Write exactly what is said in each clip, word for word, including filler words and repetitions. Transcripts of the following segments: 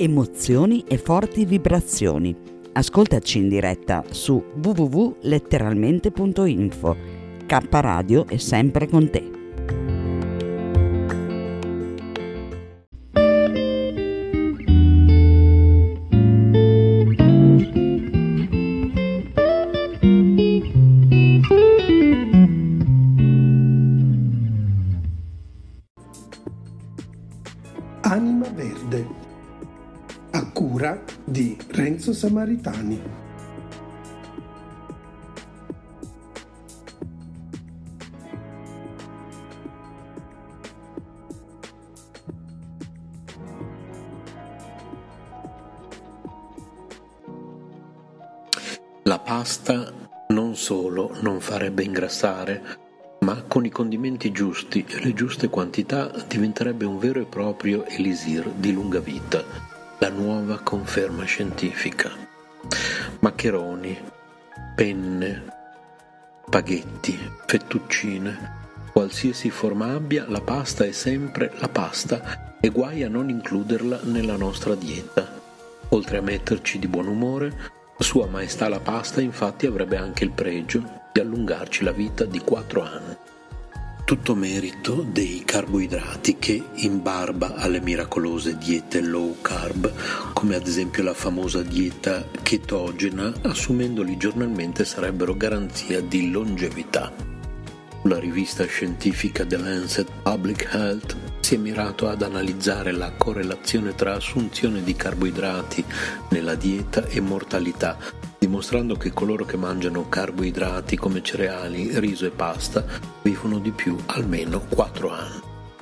emozioni e forti vibrazioni. Ascoltaci in diretta su w w w punto letteralmente punto info. K Radio è sempre con te. Anima Verde, a cura di Renzo Samaritani. La pasta non solo non farebbe ingrassare, ma con i condimenti giusti e le giuste quantità diventerebbe un vero e proprio elisir di lunga vita, la nuova conferma scientifica. Maccheroni, penne, spaghetti, fettuccine, qualsiasi forma abbia, la pasta è sempre la pasta e guai a non includerla nella nostra dieta. Oltre a metterci di buon umore, Sua Maestà la pasta infatti avrebbe anche il pregio di allungarci la vita di quattro anni. Tutto merito dei carboidrati che, in barba alle miracolose diete low carb, come ad esempio la famosa dieta chetogena, assumendoli giornalmente sarebbero garanzia di longevità. La rivista scientifica The Lancet Public Health si è mirato ad analizzare la correlazione tra assunzione di carboidrati nella dieta e mortalità, dimostrando che coloro che mangiano carboidrati come cereali, riso e pasta vivono di più almeno quattro anni.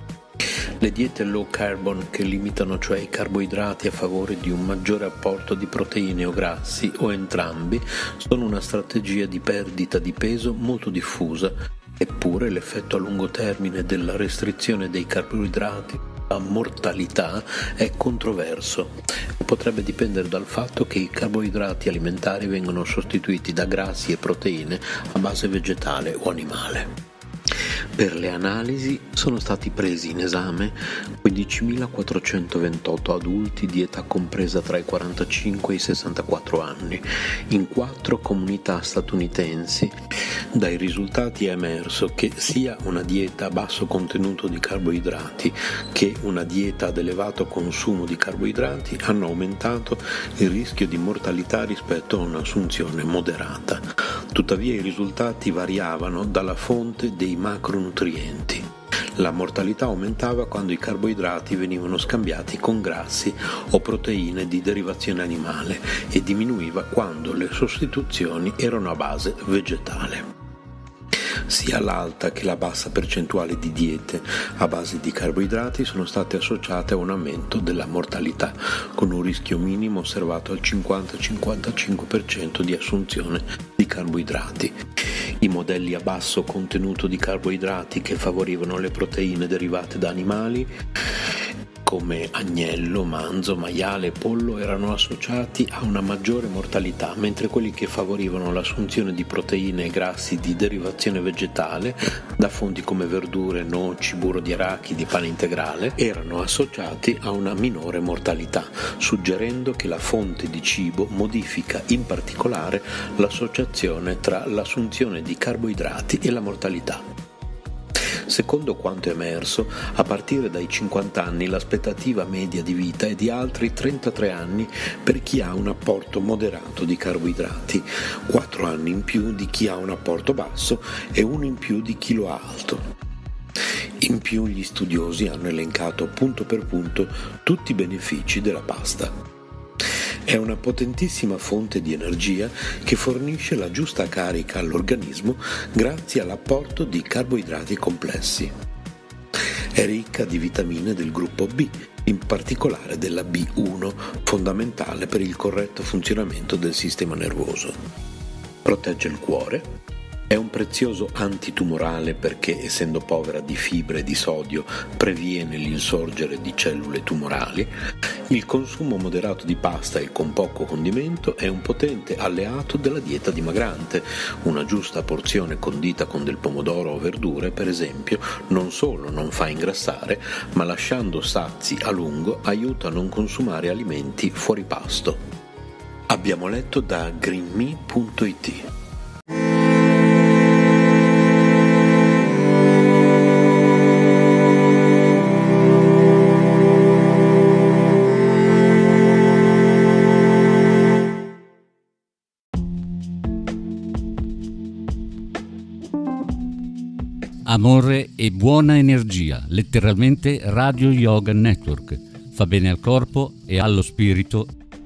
Le diete low carbon, che limitano cioè i carboidrati a favore di un maggiore apporto di proteine o grassi o entrambi, sono una strategia di perdita di peso molto diffusa. Eppure l'effetto a lungo termine della restrizione dei carboidrati a mortalità è controverso e potrebbe dipendere dal fatto che i carboidrati alimentari vengono sostituiti da grassi e proteine a base vegetale o animale. Per le analisi sono stati presi in esame quindicimilaquattrocentoventotto adulti di età compresa tra i quarantacinque e i sessantaquattro anni in quattro comunità statunitensi. Dai risultati è emerso che sia una dieta a basso contenuto di carboidrati che una dieta ad elevato consumo di carboidrati hanno aumentato il rischio di mortalità rispetto a un'assunzione moderata. Tuttavia i risultati variavano dalla fonte dei macronutrienti. La mortalità aumentava quando i carboidrati venivano scambiati con grassi o proteine di derivazione animale e diminuiva quando le sostituzioni erano a base vegetale. Sia l'alta che la bassa percentuale di diete a base di carboidrati sono state associate a un aumento della mortalità, con un rischio minimo osservato al cinquanta cinquantacinque per cento di assunzione di carboidrati. I modelli a basso contenuto di carboidrati che favorivano le proteine derivate da animali come agnello, manzo, maiale e pollo erano associati a una maggiore mortalità, mentre quelli che favorivano l'assunzione di proteine e grassi di derivazione vegetale da fonti come verdure, noci, burro di arachidi, pane integrale erano associati a una minore mortalità, suggerendo che la fonte di cibo modifica in particolare l'associazione tra l'assunzione di carboidrati e la mortalità. Secondo quanto emerso, a partire dai cinquanta anni l'aspettativa media di vita è di altri trentatré anni per chi ha un apporto moderato di carboidrati, quattro anni in più di chi ha un apporto basso e uno in più di chi lo ha alto. In più gli studiosi hanno elencato punto per punto tutti i benefici della pasta. È una potentissima fonte di energia che fornisce la giusta carica all'organismo grazie all'apporto di carboidrati complessi. È ricca di vitamine del gruppo B, in particolare della B uno, fondamentale per il corretto funzionamento del sistema nervoso. Protegge il cuore, È un prezioso antitumorale perché, essendo povera di fibre e di sodio, previene l'insorgere di cellule tumorali. Il consumo moderato di pasta e con poco condimento è un potente alleato della dieta dimagrante. Una giusta porzione condita con del pomodoro o verdure, per esempio, non solo non fa ingrassare, ma lasciando sazi a lungo aiuta a non consumare alimenti fuori pasto. Abbiamo letto da greenme punto it. Amore e buona energia, letteralmente Radio Yoga Network. Fa bene al corpo e allo spirito.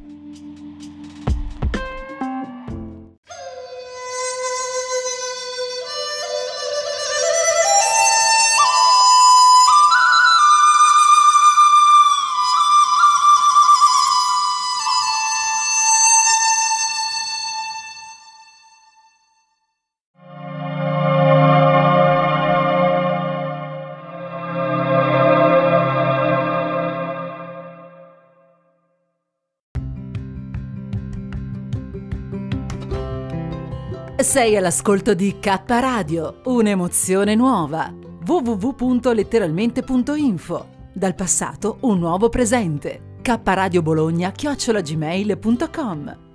Sei all'ascolto di K Radio, un'emozione nuova. w w w punto letteralmente punto info. Dal passato un nuovo presente. K Radio Bologna chiocciola gmail punto com.